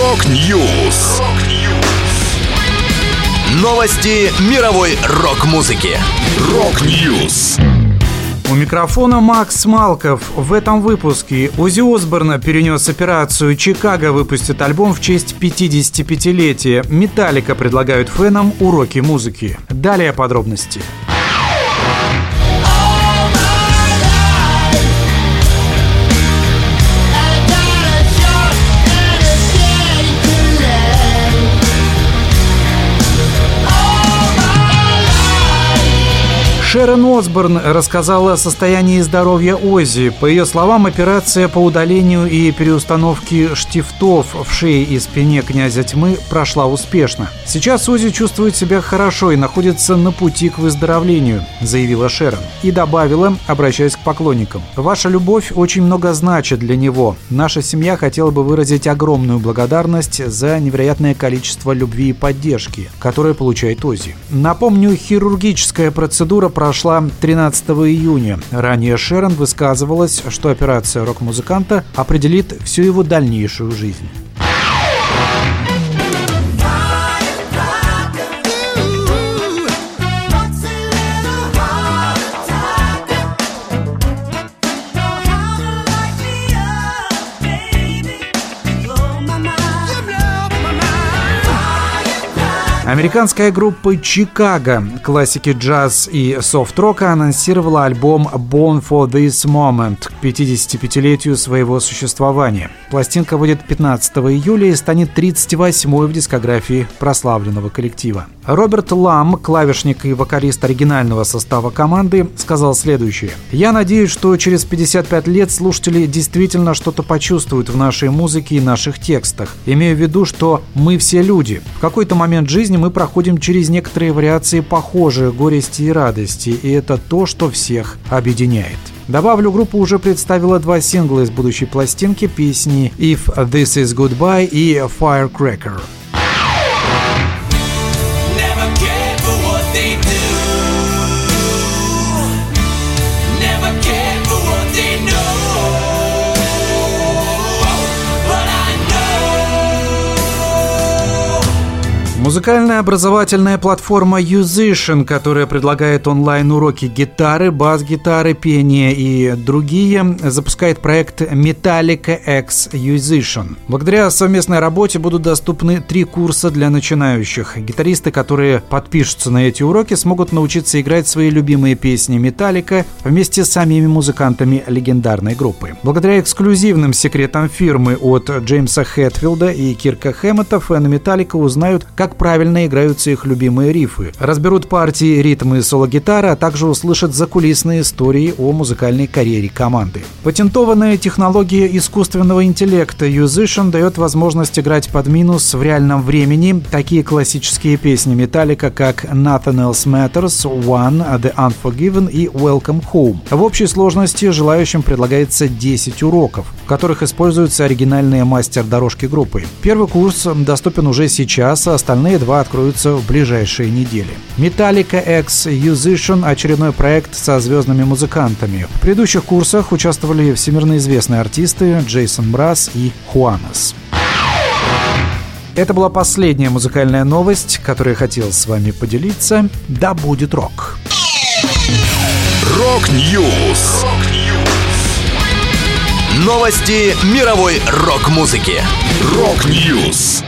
Рок-Ньюс. Новости мировой рок-музыки. Рок-Ньюс. У микрофона Макс Малков. В этом выпуске Оззи Осборн перенес операцию, Чикаго выпустит альбом в честь 55-летия, Металлика предлагают фенам уроки музыки. Далее подробности. Шерон Осборн рассказала о состоянии здоровья Оззи. По ее словам, операция по удалению и переустановке штифтов в шее и спине князя тьмы прошла успешно. Сейчас Оззи чувствует себя хорошо и находится на пути к выздоровлению, заявила Шерон. И добавила, обращаясь к поклонникам: «Ваша любовь очень много значит для него. Наша семья хотела бы выразить огромную благодарность за невероятное количество любви и поддержки, которое получает Оззи. Напомню, хирургическая процедура прошла 13 июня. Ранее Шерон высказывалась, что операция рок-музыканта определит всю его дальнейшую жизнь. Американская группа Чикаго, классики джаз и софт-рока, анонсировала альбом Born for This Moment к 55-летию своего существования. Пластинка выйдет 15 июля и станет 38-й в дискографии прославленного коллектива. Роберт Лам, клавишник и вокалист оригинального состава команды, сказал следующее: «Я надеюсь, что через 55 лет слушатели действительно что-то почувствуют в нашей музыке и наших текстах. Имею в виду, что мы все люди. В какой-то момент жизни мы проходим через некоторые вариации похожие горести и радости, и это то, что всех объединяет». Добавлю, группа уже представила 2 сингла из будущей пластинки, песни «If This Is Goodbye» и «Firecracker». Музыкальная образовательная платформа Yousician, которая предлагает онлайн-уроки гитары, бас-гитары, пения и другие, запускает проект Metallica X Yousician. Благодаря совместной работе будут доступны 3 курса для начинающих. Гитаристы, которые подпишутся на эти уроки, смогут научиться играть свои любимые песни Metallica вместе с самими музыкантами легендарной группы. Благодаря эксклюзивным секретам фирмы от Джеймса Хэтфилда и Кирка Хэммета фэны Metallica узнают, как правильно играются их любимые рифы, разберут партии, ритмы и соло-гитары, а также услышат закулисные истории о музыкальной карьере команды. Патентованная технология искусственного интеллекта Yousician дает возможность играть под минус в реальном времени такие классические песни Metallica, как Nothing Else Matters, One, The Unforgiven и Welcome Home. В общей сложности желающим предлагается 10 уроков, в которых используются оригинальные мастер-дорожки группы. Первый курс доступен уже сейчас, а остальные 2 откроются в ближайшие недели. Metallica X Yousician — очередной проект со звездными музыкантами. В предыдущих курсах участвовали всемирно известные артисты Джейсон Мраз и Хуанес. Это была последняя музыкальная новость, которую я хотел с вами поделиться. Да будет рок! Рок-Ньюс. Новости мировой рок-музыки. Рок-Ньюс.